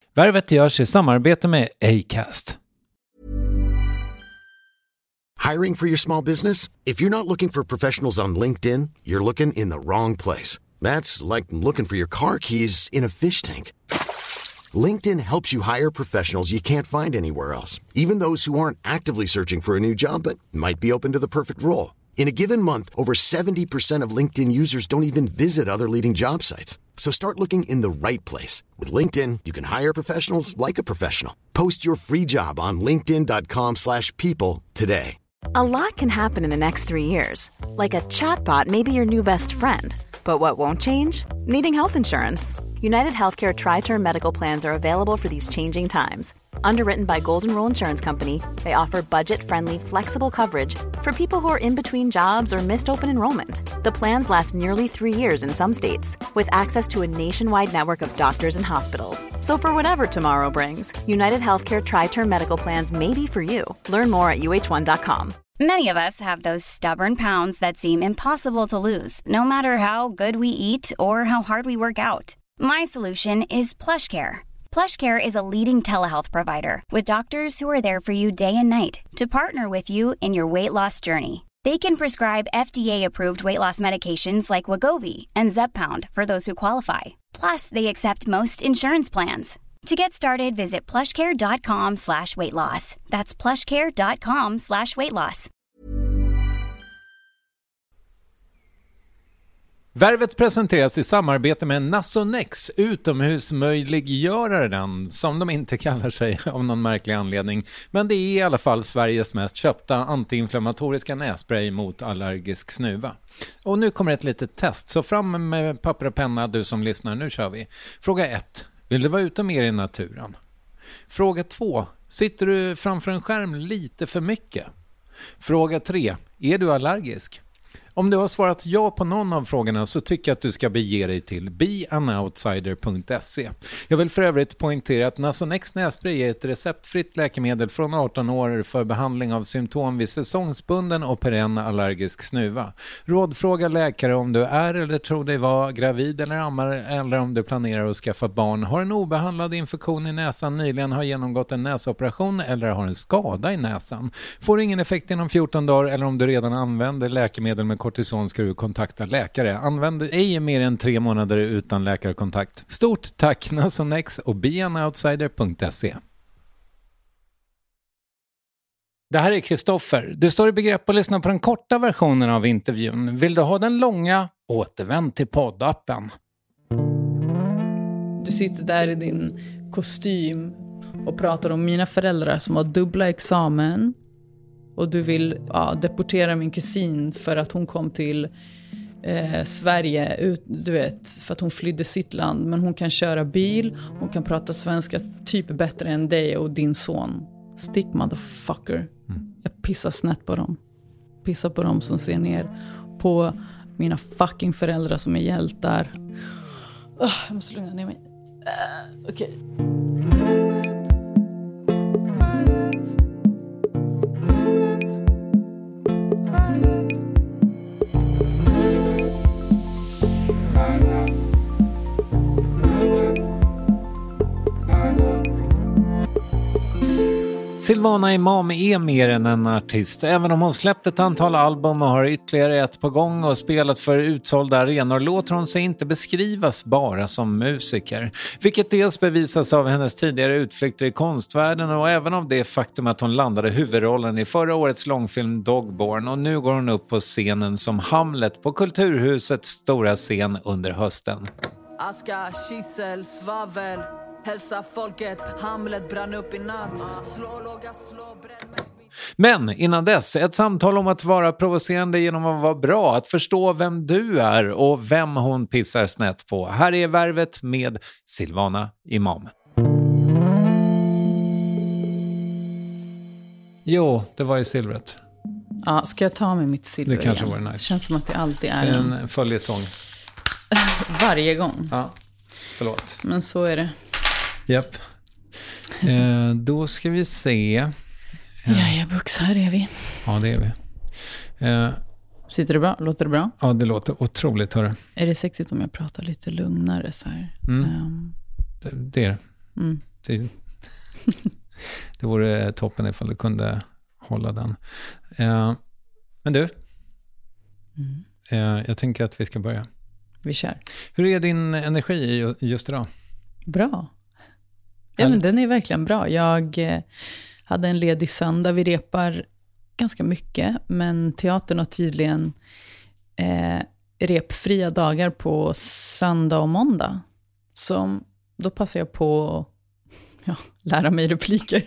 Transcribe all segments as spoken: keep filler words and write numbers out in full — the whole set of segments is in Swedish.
Värvet görs i samarbete med Acast. Hiring for your small business? If you're not looking for professionals on LinkedIn, you're looking in the wrong place. That's like looking for your car keys in a fish tank. LinkedIn helps you hire professionals you can't find anywhere else, even those who aren't actively searching for a new job but might be open to the perfect role. In a given month, over seventy percent of LinkedIn users don't even visit other leading job sites. So start looking in the right place. With LinkedIn, you can hire professionals like a professional. Post your free job on linkedin dot com slash people today. A lot can happen in the next three years. Like a chatbot may be your new best friend. But what won't change? Needing health insurance. United Healthcare Tri-Term Medical Plans are available for these changing times. Underwritten by Golden Rule Insurance Company, they offer budget-friendly, flexible coverage for people who are in between jobs or missed open enrollment. The plans last nearly three years in some states, with access to a nationwide network of doctors and hospitals. So for whatever tomorrow brings, United Healthcare Tri-Term Medical Plans may be for you. Learn more at U H one dot com. Many of us have those stubborn pounds that seem impossible to lose, no matter how good we eat or how hard we work out. My solution is PlushCare. PlushCare is a leading telehealth provider with doctors who are there for you day and night to partner with you in your weight loss journey. They can prescribe F D A-approved weight loss medications like Wegovy and Zepbound for those who qualify. Plus, they accept most insurance plans. To get started, visit plushcare.com slash weight loss. That's plushcare.com slash weight loss. Värvet presenteras i samarbete med Nasonex, utomhusmöjliggöraren, som de inte kallar sig av någon märklig anledning. Men det är i alla fall Sveriges mest köpta antiinflammatoriska nässpray mot allergisk snuva. Och nu kommer ett litet test, så fram med papper och penna du som lyssnar, nu kör vi. Fråga ett. Vill du vara ute mer i naturen? Fråga två. Sitter du framför en skärm lite för mycket? Fråga tre. Är du allergisk? Om du har svarat ja på någon av frågorna så tycker jag att du ska bege dig till be an outsider punkt se. Jag vill för övrigt poängtera att Nasonex nässpray är ett receptfritt läkemedel från arton år för behandling av symptom vid säsongsbunden och perenn allergisk snuva. Rådfråga läkare om du är eller tror dig vara gravid eller ammar, eller om du planerar att skaffa barn, har en obehandlad infektion i näsan, nyligen har genomgått en näsoperation eller har en skada i näsan. Får ingen effekt inom fjorton dagar eller om du redan använder läkemedel med kortison ska du kontakta läkare. Använd ej mer än tre månader utan läkarkontakt. Stort tack Nasonex och be an outsider punkt se. Det här är Kristoffer. Du står i begrepp att lyssna på den korta versionen av intervjun. Vill du ha den långa? Återvänd till poddappen. Du sitter där i din kostym och pratar om mina föräldrar som har dubbla examen. Och du vill ja, deportera min kusin för att hon kom till eh, Sverige, ut, du vet, för att hon flydde sitt land. Men hon kan köra bil, hon kan prata svenska typ bättre än dig och din son. Stick motherfucker. Mm. Jag pissar snett på dem. Pissar på dem som ser ner på mina fucking föräldrar som är hjältar. Oh, jag måste lugna ner mig. Uh, Okej. Okay. Silvana Imam är mer än en artist. Även om hon släppt ett antal album och har ytterligare ett på gång och spelat för utsålda arenor låter hon sig inte beskrivas bara som musiker. Vilket dels bevisas av hennes tidigare utflykter i konstvärlden och även av det faktum att hon landade huvudrollen i förra årets långfilm Dogborn. Och nu går hon upp på scenen som Hamlet på Kulturhusets stora scen under hösten. Aska, kisel, svavel. Hälsa folket, Hamlet brann upp i natt. Slå, låga, slå, bränn mig. Men innan dess, ett samtal om att vara provocerande genom att vara bra, att förstå vem du är och vem hon pissar snett på. Här är Värvet med Silvana Imam. Jo, det var ju silvret. Ja, ska jag ta med mitt silver Det kanske igen? vore nice. Det känns som att det alltid är en, en följetong. Varje gång. Ja, förlåt. Men så är det. Japp. Eh, då ska vi se. Eh, ja, jag bux, här är vi. Ja, det är vi. Eh, Sitter det bra? Låter det bra? Ja, det låter otroligt, hörru. Är det sexigt om jag pratar lite lugnare så här? Mm. Um, det, det är det. Mm. det, det vore toppen ifall du kunde hålla den. Eh, men du, mm. eh, jag tänker att vi ska börja. Vi kör. Hur är din energi just idag? Bra. Ja, men den är verkligen bra. Jag eh, hade en ledig söndag. Vi repar ganska mycket, men teatern har tydligen eh, repfria dagar på söndag och måndag. Så då passar jag på att ja, lära mig repliker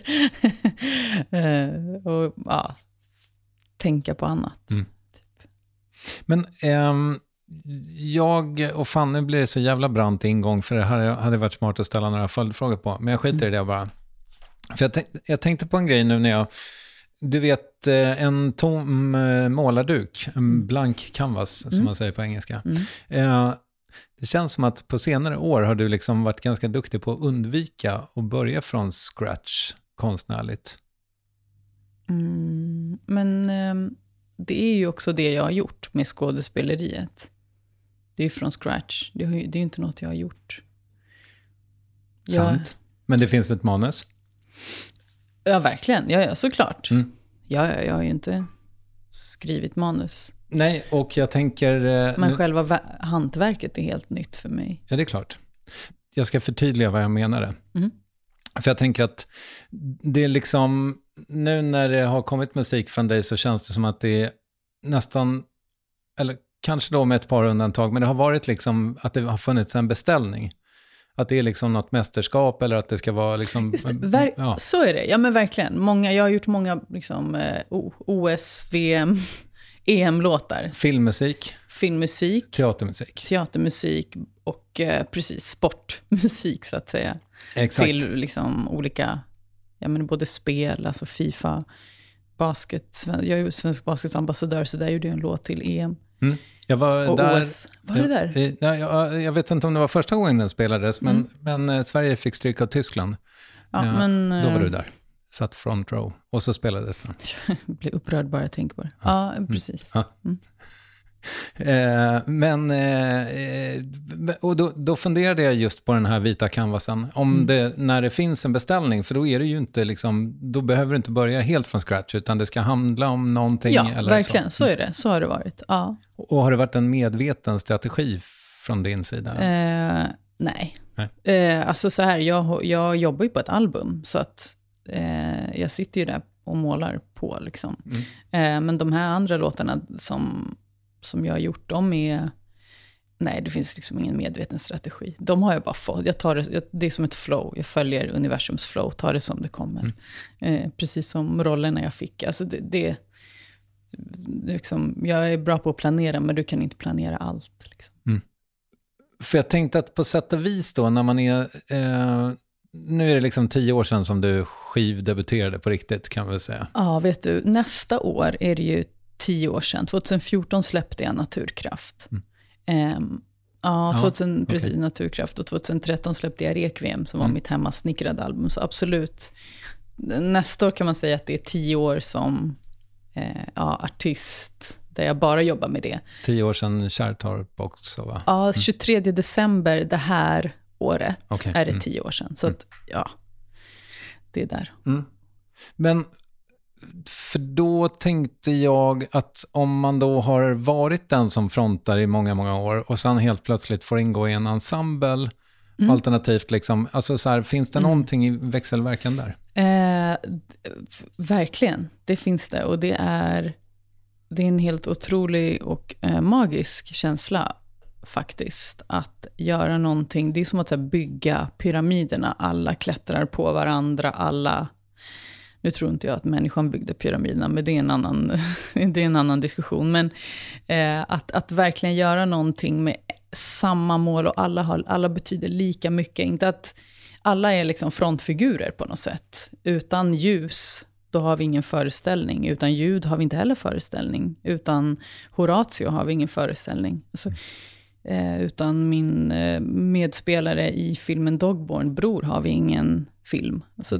eh, och ja, tänka på annat. Mm. Typ. Men ehm, jag och Fanny blir det så jävla brant ingång, för det här hade varit smart att ställa några följdfrågor på, men jag skiter mm. i det bara. För jag, tänk, jag tänkte på en grej nu när jag, du vet, en tom målarduk, en blank canvas som mm. man säger på engelska. Mm. Eh, det känns som att på senare år har du liksom varit ganska duktig på att undvika och börja från scratch konstnärligt. Mm, men eh, det är ju också det jag har gjort med skådespeleriet. Det är ju från scratch. Det är ju det är inte något jag har gjort. Sant. Jag... Men det finns ett manus? Ja, verkligen. Ja, ja såklart. Mm. Ja, ja, jag har ju inte skrivit manus. Nej, och jag tänker... Men nu... själva va- hantverket är helt nytt för mig. Ja, det är klart. Jag ska förtydliga vad jag menade. Mm. För jag tänker att det är liksom... Nu när det har kommit musik från dig så känns det som att det är nästan... Eller kanske då med ett par undantag, men det har varit liksom att det har funnits en beställning. Att det är liksom något mästerskap eller att det ska vara liksom... Just det, ver- ja. Så är det. Ja, men verkligen. Många, jag har gjort många liksom, eh, O S, V M, E M-låtar. Filmmusik. Filmmusik. Teatermusik. Teatermusik och eh, precis sportmusik så att säga. Exakt. Till liksom olika, ja men både spel, alltså FIFA, basket. Jag är ju svensk basketambassadör så där gjorde jag en låt till E M. Mm. Jag var och där, O S. Var det där? Jag, jag, jag vet inte om det var första gången den spelades, men, mm. men Sverige fick stryk av Tyskland. Ja, ja, men, då var du där. Satt front row. Och så spelades den. Jag blir upprörd bara jag tänker på det. Ja, ja precis. Ja. Mm. eh, men, eh, och då, då funderade jag just på den här vita canvasen. Om mm. det, när det finns en beställning, för då är det ju inte liksom, då behöver du inte börja helt från scratch, utan det ska handla om någonting. Ja, eller verkligen. Så. Så är det. Så har det varit. Ja. Och har det varit en medveten strategi från din sida? Eh, nej. nej. Eh, alltså så här, jag, jag jobbar ju på ett album, så att eh, jag sitter ju där och målar på liksom. Mm. Eh, men de här andra låtarna som, som jag har gjort, de är... Nej, det finns liksom ingen medveten strategi. De har jag bara fått. Jag tar det, det är som ett flow. Jag följer universums flow, tar det som det kommer. Mm. Eh, precis som rollerna jag fick. Alltså det, det, det liksom, jag är bra på att planera, men du kan inte planera allt. Liksom. Mm. För jag tänkte att på sätt och vis då, när man är... Eh, nu är det liksom tio år sedan som du skivdebuterade på riktigt, kan vi säga. Ja, vet du. Nästa år är det ju tio år sedan. tjugohundrafjorton släppte jag Naturkraft. Mm. Um, ja, tjugohundra, ja, precis, okay. Naturkraft. Och tjugohundratretton släppte jag Requiem som var mm. mitt hemmasnickrade album. Så absolut, nästa år kan man säga att det är tio år som eh, ja, artist, där jag bara jobbar med det. Tio år sedan Kärrtorp också, va? Ja, tjugotredje december det här året okay. är det mm. tio år sedan. Så att, ja, det är där. Mm. Men... För då tänkte jag att om man då har varit den som frontar i många, många år och sen helt plötsligt får ingå i en ensemble, mm. alternativt liksom, alltså så här, finns det mm. någonting i växelverkan där? Eh, verkligen, det finns det. Och det är, det är en helt otrolig och eh, magisk känsla faktiskt, att göra någonting. Det är som att så här, bygga pyramiderna, alla klättrar på varandra, alla... Nu tror inte jag att människan byggde pyramiderna, men det är en annan, det är en annan diskussion. Men eh, att, att verkligen göra någonting med samma mål och alla, har, alla betyder lika mycket. Inte att alla är liksom frontfigurer på något sätt. Utan ljus, då har vi ingen föreställning. Utan ljud har vi inte heller föreställning. Utan Horatio har vi ingen föreställning. Alltså, eh, utan min eh, medspelare i filmen Dogborn, Bror, har vi ingen film. Alltså,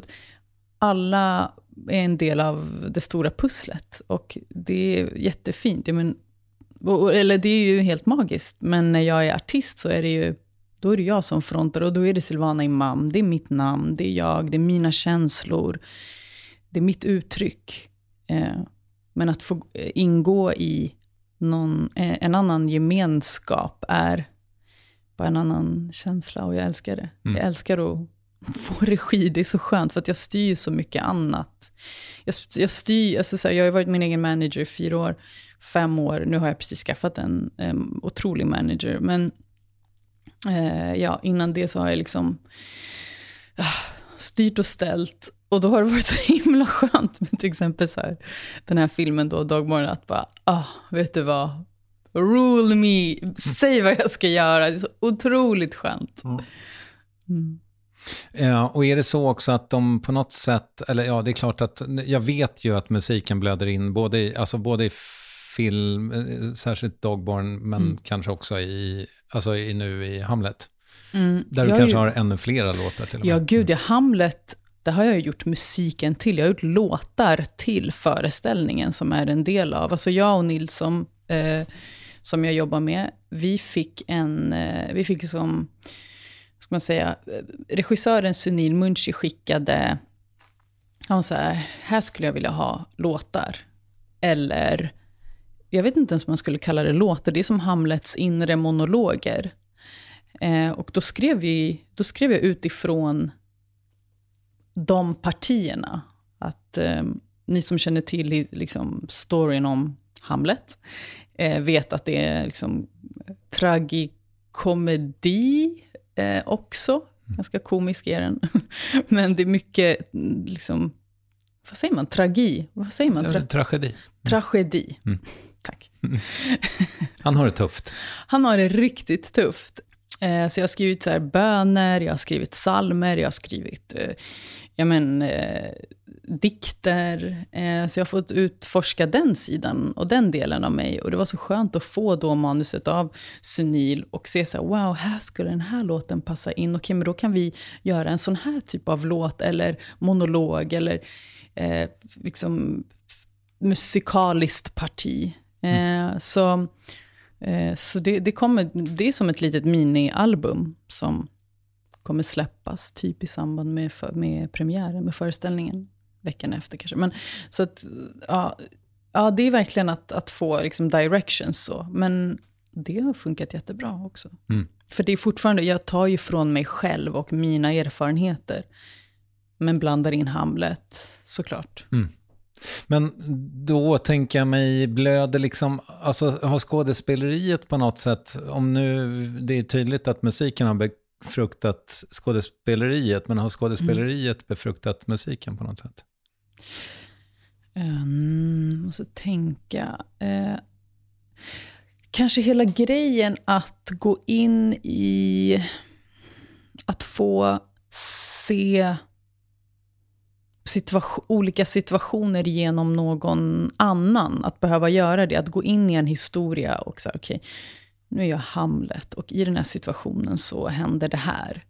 alla är en del av det stora pusslet. Och det är jättefint. Men, eller det är ju helt magiskt. Men när jag är artist så är det ju... då är det jag som frontar och då är det Silvana Imam. Det är mitt namn, det är jag, det är mina känslor. Det är mitt uttryck. Eh, men att få ingå i någon, eh, en annan gemenskap är bara en annan känsla och jag älskar det. Mm. Jag älskar att få regi, det är så skönt för att jag styr så mycket annat. Jag, jag styr, alltså så här, jag har varit min egen manager i fyra år, fem år. Nu har jag precis skaffat en um, otrolig manager. Men uh, ja, innan det så har jag liksom uh, styrt och ställt. Och då har det varit så himla skönt med till exempel så här, den här filmen då, Dagmorgon, att bara, ah, vet du vad? Rule me, säg vad jag ska göra. Det är så otroligt skönt. Mm. Ja, och är det så också att de på något sätt, eller ja, det är klart att jag vet ju att musiken blöder in både i, alltså både i film, särskilt Dagbarn, men mm. kanske också i, alltså i, nu i Hamlet. Mm. Där du jag kanske ju, har ännu flera låtar till och med. Ja, gud, ja, Hamlet, där har jag gjort musiken till. Jag har gjort låtar till föreställningen som är en del av. Alltså jag och Nils som, eh, som jag jobbar med, vi fick en, eh, vi fick som... ska man säga, regissören Sunil Munshi skickade, han så här, här skulle jag vilja ha låtar. Eller, jag vet inte ens om man skulle kalla det låtar, det är som Hamlets inre monologer. Eh, och då skrev, vi, då skrev jag utifrån de partierna. Att eh, ni som känner till liksom, storyn om Hamlet eh, vet att det är liksom, tragikomedi. Eh, också, ganska komisk är den. Men det är mycket, liksom, vad säger man? Tragi? Vad säger man? Tra- tragedi. Tragedi. Mm. Tack. Mm. Han har det tufft. Han har det riktigt tufft. Eh, så jag har skrivit så här böner, jag har skrivit psalmer, jag har skrivit eh, ja, men, eh, dikter. Eh, så jag har fått utforska den sidan och den delen av mig. Och det var så skönt att få då manuset av Sunil och se så här, wow, här skulle den här låten passa in. Okej, men då kan vi göra en sån här typ av låt eller monolog eller eh, liksom musikaliskt parti. Eh, mm. Så... Så det, det, kommer, det är som ett litet mini-album som kommer släppas typ i samband med, för, med premiären, med föreställningen veckan efter kanske. Men, så att, ja, ja, det är verkligen att, att få liksom directions så. Men det har funkat jättebra också. Mm. För det är fortfarande, jag tar ju från mig själv och mina erfarenheter. Men blandar in Hamlet, såklart. Mm. Men då tänker jag mig, blöder liksom, alltså har skådespeleriet på något sätt, om nu det är tydligt att musiken har befruktat skådespeleriet, men har skådespeleriet mm. befruktat musiken på något sätt? Um, måste tänka. Uh, kanske hela grejen att gå in i, att få se Situation, olika situationer genom någon annan. Att behöva göra det. Att gå in i en historia och säga okej, okay, nu är jag Hamlet och i den här situationen så händer det här.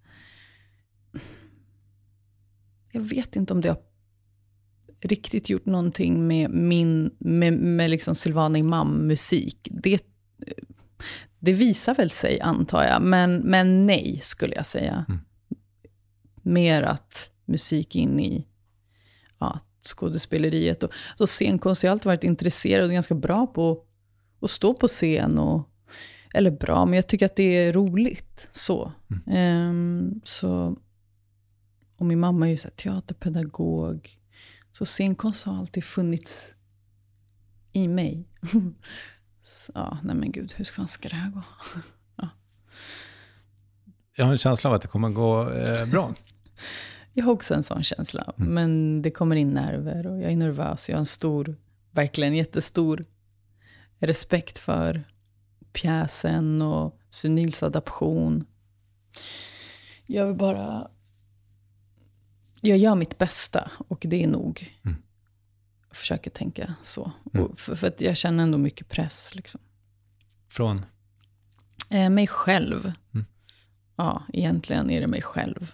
Jag vet inte om det har riktigt gjort någonting med min med, med liksom Silvana Imam-musik. Det, det visar väl sig, antar jag. Men, men nej, skulle jag säga. Mm. Mer att musik in i ja, skådespeleriet. Och, så scenkonst har jag alltid varit intresserad och ganska bra på att stå på scen. Och, eller bra, men jag tycker att det är roligt. Så. Mm. Um, så och min mamma är ju så här, teaterpedagog. Så scenkonst har alltid funnits i mig. Så, ja, nej men gud, hur fan ska det här gå? Ja. Jag har en känsla av att det kommer gå eh, bra. Jag har också en sån känsla. Mm. Men det kommer in nerver och jag är nervös. Jag har en stor, verkligen jättestor respekt för pjäsen och Sunils adaption. Jag vill bara... Jag gör mitt bästa och det är nog. Mm. Jag försöker tänka så. Mm. Och för, för att jag känner ändå mycket press. Liksom. Från? Eh, mig själv. Mm. Ja, egentligen är det mig själv.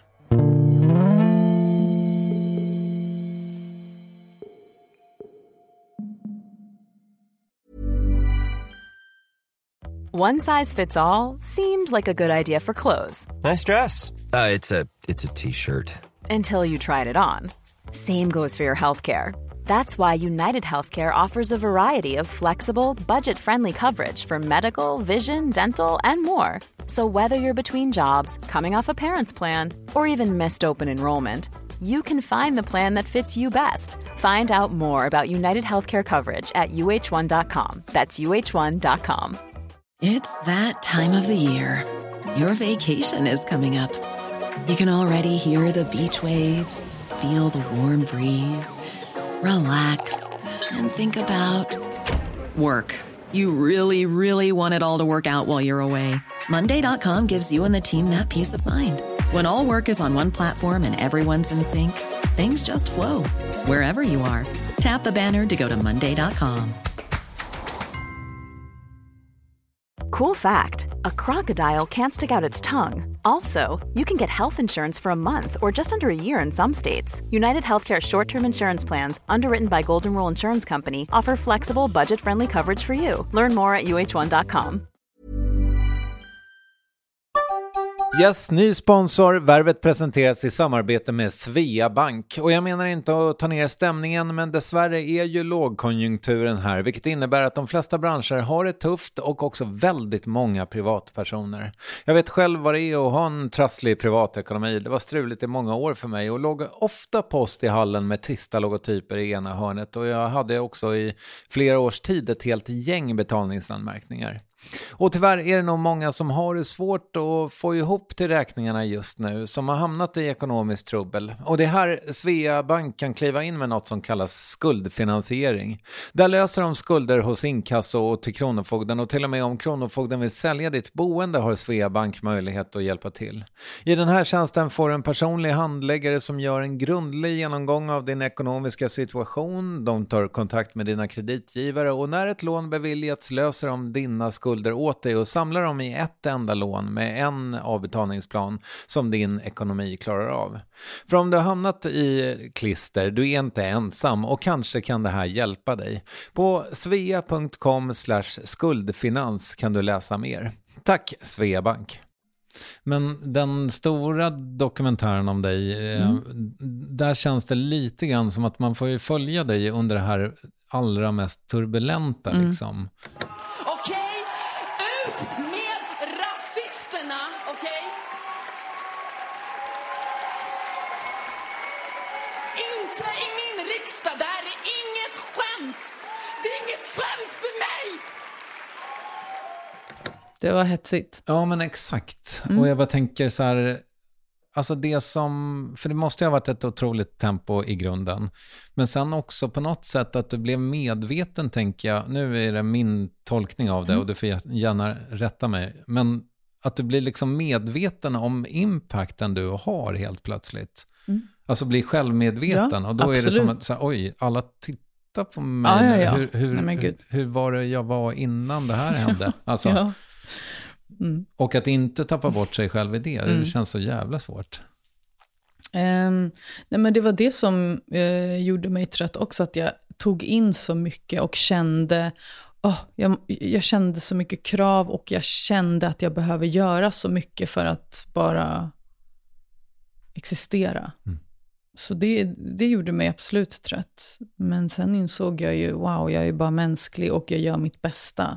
One size fits all seemed like a good idea for clothes. Nice dress. Uh, it's a it's a t-shirt. Until you tried it on. Same goes for your healthcare. That's why United Healthcare offers a variety of flexible, budget-friendly coverage for medical, vision, dental, and more. So whether you're between jobs, coming off a parent's plan, or even missed open enrollment, you can find the plan that fits you best. Find out more about United Healthcare coverage at U H one dot com. That's U H one dot com. It's that time of the year. Your vacation is coming up. You can already hear the beach waves, feel the warm breeze, relax, and think about work. You really, really want it all to work out while you're away. Monday dot com gives you and the team that peace of mind. When all work is on one platform and everyone's in sync, things just flow. Wherever you are, tap the banner to go to Monday dot com. Cool fact, a crocodile can't stick out its tongue. Also, you can get health insurance for a month or just under a year in some states. United Healthcare short-term insurance plans, underwritten by Golden Rule Insurance Company, offer flexible, budget-friendly coverage for you. Learn more at U H one dot com. Yes, ny sponsor. Värvet presenteras i samarbete med Svea Bank. Och jag menar inte att ta ner stämningen, men dessvärre är ju lågkonjunkturen här, vilket innebär att de flesta branscher har det tufft och också väldigt många privatpersoner. Jag vet själv vad det är att ha en trasslig privatekonomi. Det var struligt i många år för mig och låg ofta post i hallen med trista logotyper i ena hörnet. Och jag hade också i flera års tid ett helt gäng betalningsanmärkningar. Och tyvärr är det nog många som har det svårt att få ihop till räkningarna just nu, som har hamnat i ekonomiskt trubbel. Och det här Svea Bank kan kliva in med något som kallas skuldfinansiering. Där löser de skulder hos inkasso och till kronofogden, och till och med om kronofogden vill sälja ditt boende har Svea Bank möjlighet att hjälpa till. I den här tjänsten får du en personlig handläggare som gör en grundlig genomgång av din ekonomiska situation. De tar kontakt med dina kreditgivare och när ett lån beviljats löser de dina skulder åt dig och samlar dem i ett enda lån med en avbetalningsplan som din ekonomi klarar av. För om du har hamnat i klister, du är inte ensam och kanske kan det här hjälpa dig. På svea punkt com slash skuldfinans kan du läsa mer. Tack Svea Bank. Men den stora dokumentären om dig, mm. där känns det lite grann som att man får ju följa dig under det här allra mest turbulenta mm. liksom. Okej, ut med rasisterna, okej? Inte i min riksdag, det här är inget skämt. Det är inget skämt för mig. Det var hetsigt. Ja, men exakt. Mm. Och jag bara tänker så här, alltså det som, för det måste ju ha varit ett otroligt tempo i grunden. Men sen också på något sätt att du blev medveten, tänker jag. Nu är det min tolkning av det och du får gärna rätta mig. Men att du blir liksom medveten om impacten du har helt plötsligt. Mm. Alltså bli självmedveten. Ja, och då absolut. Är det som att, så här, oj, alla tittar på mig. Ja, ja, ja. Hur, hur, Nej, hur, hur var det jag var innan det här hände? Alltså, ja. Mm. Och att inte tappa bort sig själv i det, mm. det känns så jävla svårt. Um, nej men det var det som uh, gjorde mig trött också, att jag tog in så mycket och kände, oh, jag, jag kände så mycket krav och jag kände att jag behöver göra så mycket för att bara existera. Mm. Så det, det gjorde mig absolut trött. Men sen insåg jag ju, wow, jag är bara mänsklig och jag gör mitt bästa.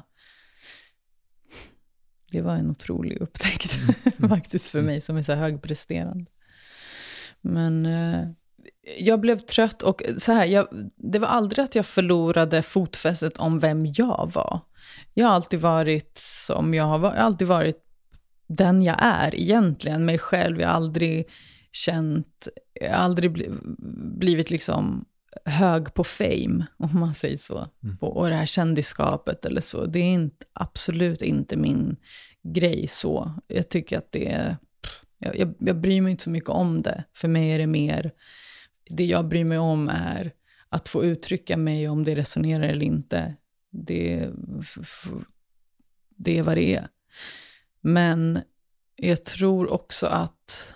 Det var en otrolig upptäckt mm. faktiskt för mig som är så högpresterande. Men eh, jag blev trött och så här, jag, det var aldrig att jag förlorade fotfästet om vem jag var. Jag har alltid varit som jag har varit, alltid varit den jag är egentligen, mig själv. Jag har aldrig känt, jag har aldrig bli, blivit liksom hög på fame, om man säger så. Mm. Och, och det här kändisskapet eller så. Det är inte, absolut inte min grej så. Jag tycker att det är... Jag, jag, jag bryr mig inte så mycket om det. För mig är det mer... Det jag bryr mig om är att få uttrycka mig, om det resonerar eller inte. Det, det är vad det är. Men jag tror också att...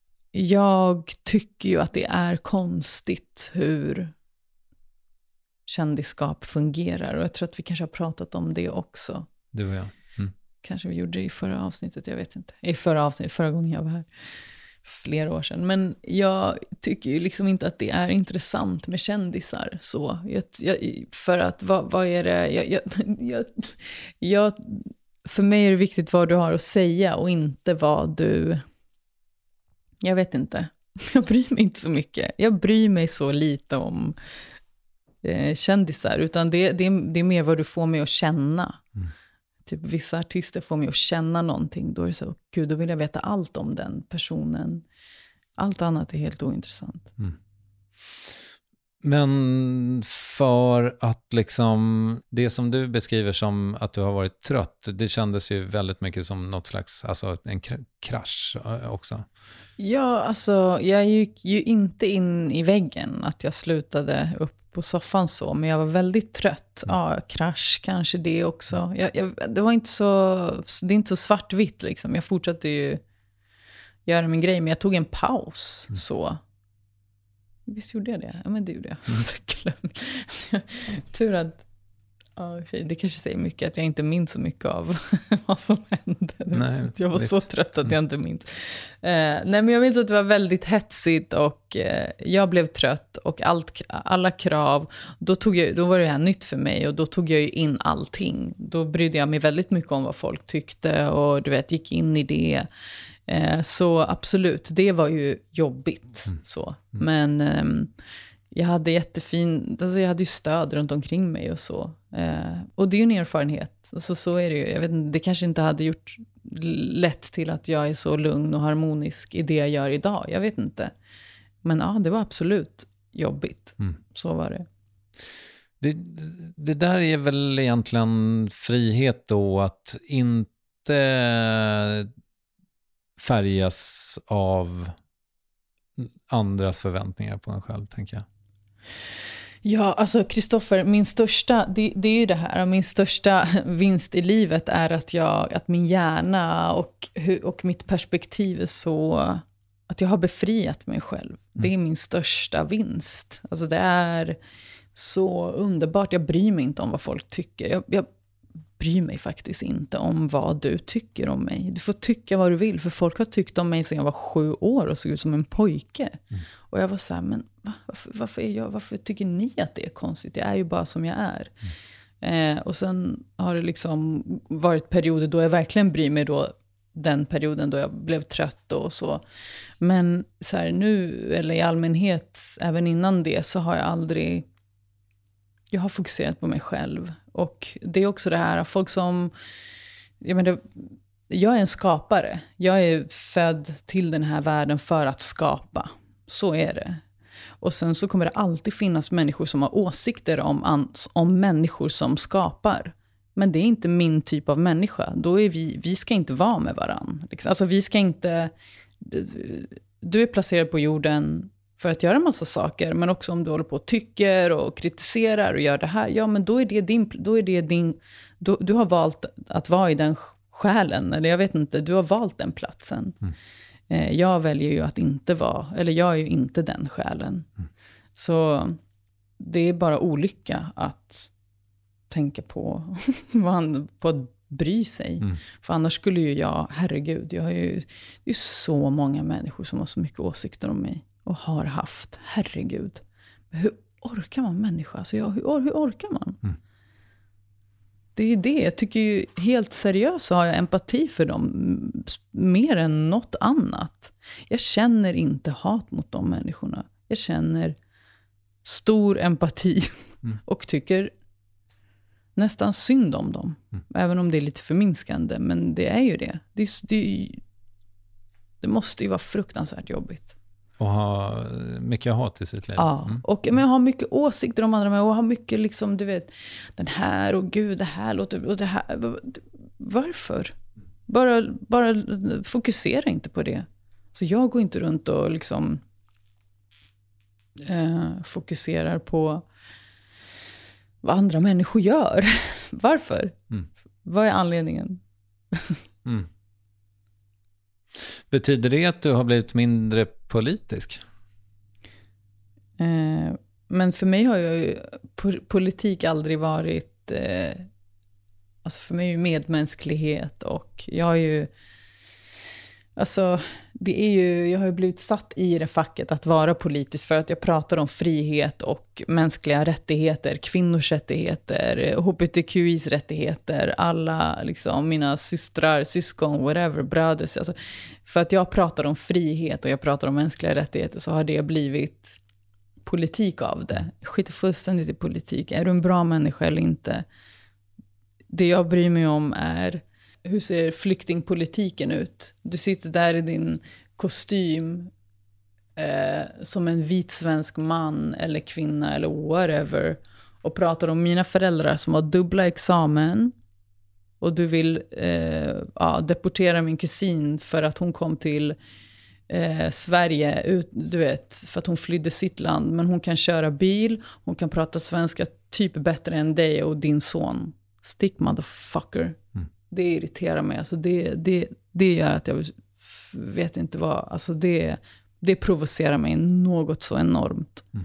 Jag tycker ju att det är konstigt hur kändisskap fungerar. Och jag tror att vi kanske har pratat om det också. Du och jag. Mm. Kanske vi gjorde det i förra avsnittet, jag vet inte. I förra avsnittet, förra gången jag var här. Flera år sedan. Men jag tycker ju liksom inte att det är intressant med kändisar. Så. Jag, jag, för att, vad, vad är det... Jag, jag, jag, jag, för mig är det viktigt vad du har att säga och inte vad du... Jag vet inte. Jag bryr mig inte så mycket. Jag bryr mig så lite om eh, kändisar. Utan det, det, det är mer vad du får mig att känna. Mm. Typ vissa artister får mig att känna någonting. Då är det så, gud, då vill jag veta allt om den personen. Allt annat är helt ointressant. Mm. Men för att liksom, det som du beskriver som att du har varit trött, det kändes ju väldigt mycket som något slags, alltså en krasch också. Ja, alltså jag gick ju inte in i väggen att jag slutade upp på soffan så, men jag var väldigt trött. Ja, krasch kanske det också. Jag, jag, det var inte så, det är inte så svartvitt liksom. Jag fortsatte ju göra min grej, men jag tog en paus mm. så. Visst gjorde jag det? Ja, men det gjorde jag. Mm. Så glöm. Tur att, ja, det kanske säger mycket att jag inte minns så mycket av vad som hände. Nej, jag var visst. så trött att jag inte minns. Eh, nej, men jag minns att det var väldigt hetsigt och eh, jag blev trött och allt, alla krav, då, tog jag, då var det här nytt för mig och då tog jag ju in allting. Då brydde jag mig väldigt mycket om vad folk tyckte och du vet, gick in i det. Eh, så absolut, det var ju jobbigt. Mm. Så. Mm. Men eh, jag hade jättefin, alltså jag hade ju stöd runt omkring mig och så. Eh, och det är ju en erfarenhet. Alltså så är det ju. Jag vet inte, det kanske inte hade gjort lätt till att jag är så lugn och harmonisk i det jag gör idag. Jag vet inte. Men ja, det var absolut jobbigt. Mm. Så var det. det. Det där är väl egentligen frihet då, att inte färgas av andras förväntningar på en själv, tänker jag. Ja, alltså Kristoffer, min största, det, det är ju det här, min största vinst i livet är att jag, att min hjärna och, och mitt perspektiv är så, att jag har befriat mig själv. Mm. Det är min största vinst. Alltså det är så underbart, jag bryr mig inte om vad folk tycker. Jag, jag bryr mig faktiskt inte om vad du tycker om mig. Du får tycka vad du vill, för folk har tyckt om mig sedan jag var sju år och såg ut som en pojke. Mm. Och jag var så här, men va? varför, varför, är jag, varför tycker ni att det är konstigt? Jag är ju bara som jag är. Mm. Eh, och sen har det liksom varit perioder då jag verkligen bryr mig, då den perioden då jag blev trött och så. Men så här nu, eller i allmänhet, även innan det, så har jag aldrig... Jag har fokuserat på mig själv. Och det är också det här, folk som... Jag menar, jag är en skapare. Jag är född till den här världen för att skapa. Så är det. Och sen så kommer det alltid finnas människor som har åsikter om, om människor som skapar. Men det är inte min typ av människa. Då är vi, vi ska inte vara med varann. Alltså vi ska inte... Du är placerad på jorden för att göra en massa saker. Men också om du håller på och tycker och kritiserar och gör det här. Ja, men då är det din... Då är det din då, du har valt att vara i den själen. Eller jag vet inte, du har valt den platsen. Mm. Eh, jag väljer ju att inte vara... Eller jag är ju inte den själen. Mm. Så det är bara olycka att tänka på, på att bry sig. Mm. För annars skulle ju jag... Herregud, jag har ju... Det är så många människor som har så mycket åsikter om mig. Och har haft, herregud. Hur orkar man människa? Alltså jag, hur, hur orkar man? Mm. Det är det. Jag tycker ju helt seriöst så har jag empati för dem. Mer än något annat. Jag känner inte hat mot de människorna. Jag känner stor empati. Mm. Och tycker nästan synd om dem. Mm. Även om det är lite förminskande. Men det är ju det. Det, det, det måste ju vara fruktansvärt jobbigt. Och ha mycket hat i sitt liv. Ja, mm. och men jag har mycket åsikter om andra människor. Och har mycket liksom, du vet, den här och gud, det här låter... Och det här, varför? Bara, bara fokusera inte på det. Så jag går inte runt och liksom eh, fokuserar på vad andra människor gör. Varför? Mm. Vad är anledningen? Mm. Betyder det att du har blivit mindre politisk? Eh, Men för mig har ju politik aldrig varit... Eh, alltså för mig är ju medmänsklighet och jag har ju... Alltså, det är ju, jag har ju blivit satt i det facket att vara politisk för att jag pratar om frihet och mänskliga rättigheter, kvinnors rättigheter, H B T Q I's rättigheter, alla liksom, mina systrar, syskon, whatever, brothers. Alltså, för att jag pratar om frihet och jag pratar om mänskliga rättigheter så har det blivit politik av det. Skit fullständigt i politik. Är du en bra människa eller inte? Det jag bryr mig om är... Hur ser flyktingpolitiken ut? Du sitter där i din kostym eh, som en vit svensk man eller kvinna eller whatever och pratar om mina föräldrar som har dubbla examen och du vill eh, ja, deportera min kusin för att hon kom till eh, Sverige ut, du vet, för att hon flydde sitt land, men hon kan köra bil, hon kan prata svenska typ bättre än dig och din son. Stick motherfucker. Mm. Det irriterar mig. Alltså det, det, det gör att jag vet inte vad... Alltså det, det provocerar mig något så enormt. Mm.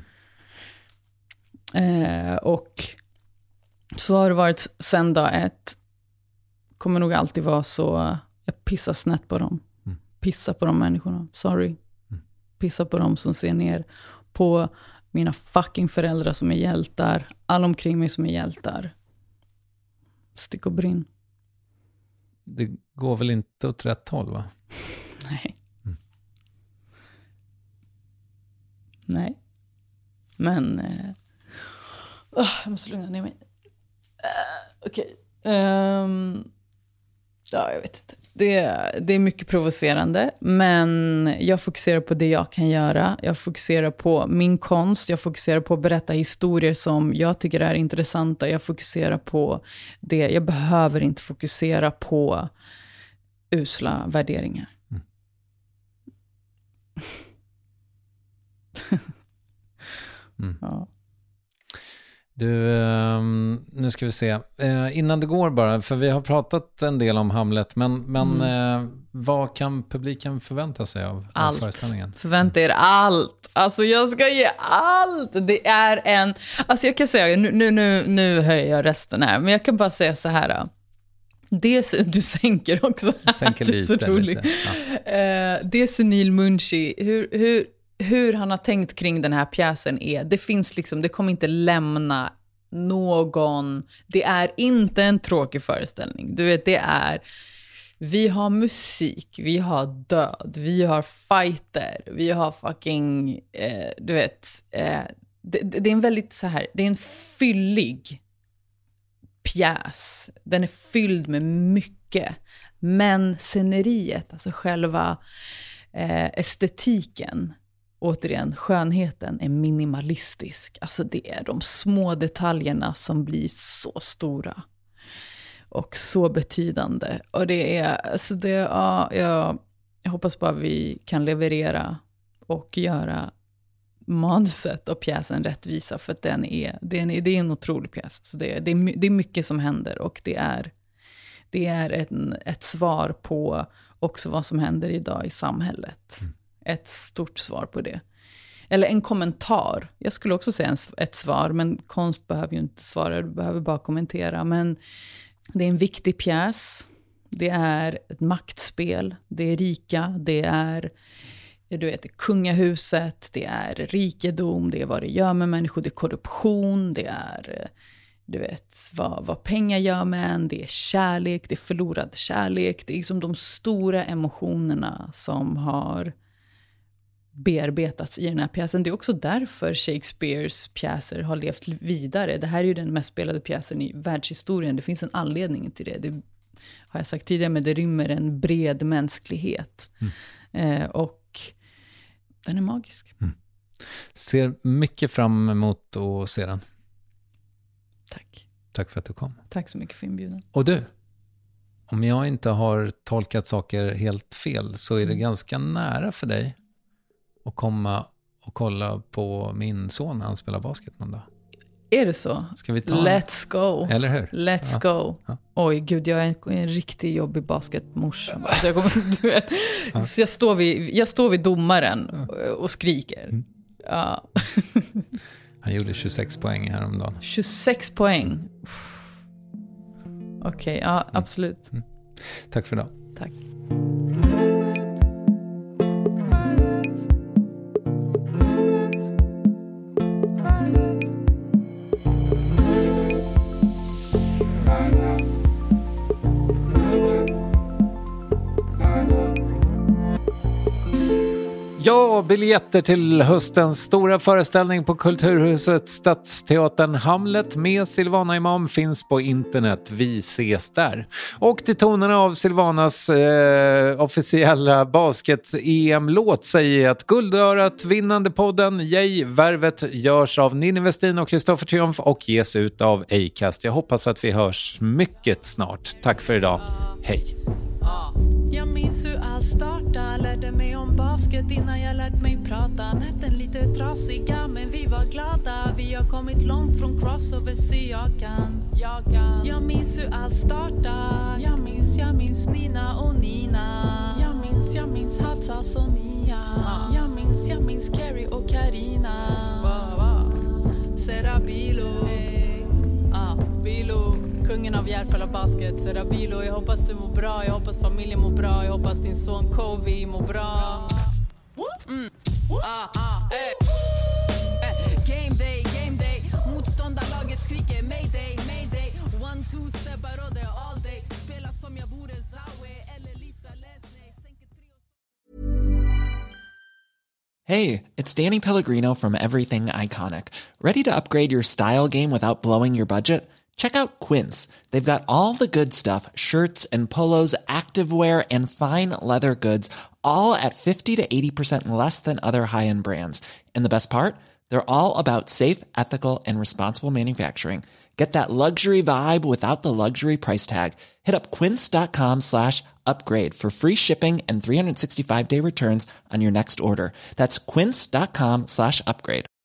Eh, och så har det varit sen dag ett. Kommer nog alltid vara så... Jag pissar snett på dem. Mm. Pissar på de människorna. Sorry. Mm. Pissar på dem som ser ner på mina fucking föräldrar som är hjältar. Alla omkring mig som är hjältar. Stick och brinn. Det går väl inte åt rätt håll, va? Nej. Mm. Nej. Men... Eh, oh, jag måste lugna ner mig. Uh, Okej. Okay. Um, ja, jag vet inte. Det, det är mycket provocerande. Men jag fokuserar på det jag kan göra. Jag fokuserar på min konst. Jag fokuserar på att berätta historier som jag tycker är intressanta. Jag fokuserar på det. Jag behöver inte fokusera på usla värderingar. Mm. mm. Ja. Du, nu ska vi se. Innan det går bara, för vi har pratat en del om Hamlet, men, men mm. vad kan publiken förvänta sig av allt. Föreställningen? Förvänta er allt. Alltså jag ska ge allt. Det är en... Alltså jag kan säga, nu, nu, nu, nu höjer jag resten här, men jag kan bara säga så här. Det är, du sänker också. Sänker lite. Det är så roligt. Lite. Ja. Det är Sunil Munshi. Hur... hur Hur han har tänkt kring den här pjäsen är, det finns liksom, det kommer inte lämna någon, det är inte en tråkig föreställning. Du vet, det är, vi har musik, vi har död, vi har fighter, vi har fucking, eh, du vet, eh, det, det är en väldigt så här, det är en fyllig pjäs. Den är fylld med mycket, men sceneriet, alltså själva eh, estetiken, återigen, skönheten är minimalistisk. Alltså det är de små detaljerna som blir så stora och så betydande. Och det är, alltså det, ja, jag, jag hoppas bara vi kan leverera och göra manuset och pjäsen rättvisa, för att den är, det är, en, det är en otrolig pjäs. Så det, det, är, det är mycket som händer och det är, det är en, ett svar på också vad som händer idag i samhället. Mm. Ett stort svar på det. Eller en kommentar. Jag skulle också säga en, ett svar, men konst behöver ju inte svara, du behöver bara kommentera. Men det är en viktig pjäs. Det är ett maktspel. Det är rika. Det är, du vet, kungahuset. Det är rikedom. Det är vad det gör med människor. Det är korruption. Det är, du vet, vad, vad pengar gör med en. Det är kärlek. Det är förlorad kärlek. Det är liksom de stora emotionerna som har bearbetats i den här pjäsen. Det är också därför Shakespeares pjäser har levt vidare. Det här är ju den mest spelade pjäsen i världshistorien. Det finns en anledning till det. Det har jag sagt tidigare, men det rymmer en bred mänsklighet. Mm. Eh, och den är magisk. Mm. Ser mycket fram emot att se den. Tack. Tack för att du kom. Tack så mycket för inbjudan. Och du, om jag inte har tolkat saker helt fel så är det mm. ganska nära för dig och komma och kolla på min son när han spelar basket någon dag. Är det så? Ska vi ta Let's go. Eller hur? Let's ja. go. Ja. Oj, gud, jag är en, en riktigt jobbig basketmorsa. Alltså jag, kommer, du vet, ja. Så jag, står vid, jag står vid domaren ja. och skriker. Mm. Ja. Han gjorde tjugosex poäng häromdagen. tjugosex poäng. Okej, okay, ja, absolut. Mm. Tack för det. Tack. Ja, biljetter till höstens stora föreställning på Kulturhuset Stadsteatern Hamlet med Silvana Imam finns på internet. Vi ses där. Och till tonerna av Silvanas eh, officiella basket-E M-låt säger att Guldörat, vinnande podden Yay, värvet görs av Ninni Westin och Kristoffer Triumf och ges ut av Acast. Jag hoppas att vi hörs mycket snart. Tack för idag. Hej! Jag minns hur allt startade, lärde mig om basket innan jag lärde mig prata. Nätten lite trasiga men vi var glada. Vi har kommit långt från crossover så jag kan, jag kan. Jag minns hur allt startade. Jag minns, jag minns Nina och Nina. Jag minns, jag minns Hatsas och Nia. Jag minns, jag minns Carrie och Karina. Serabilo, ah, Bilo. Kungen av Järfälla basket, Serabilo. Jag hoppas du mår bra, jag hoppas familjen mår bra. Jag hoppas din son Kovi mår bra. Mm. Ah, ah, eh. Eh. Game day, game day. Motståndarlaget skriker mayday, mayday. One, two, steppar och det all day. Spela som jag vore Zawe eller Lisa Leslie. Hey, it's Danny Pellegrino from Everything Iconic. Ready to upgrade your style game without blowing your budget? Check out Quince. They've got all the good stuff, shirts and polos, activewear, and fine leather goods, all at fifty to eighty percent less than other high-end brands. And the best part? They're all about safe, ethical, and responsible manufacturing. Get that luxury vibe without the luxury price tag. Hit up quince.com slash upgrade for free shipping and three sixty-five day returns on your next order. That's quince.com slash upgrade.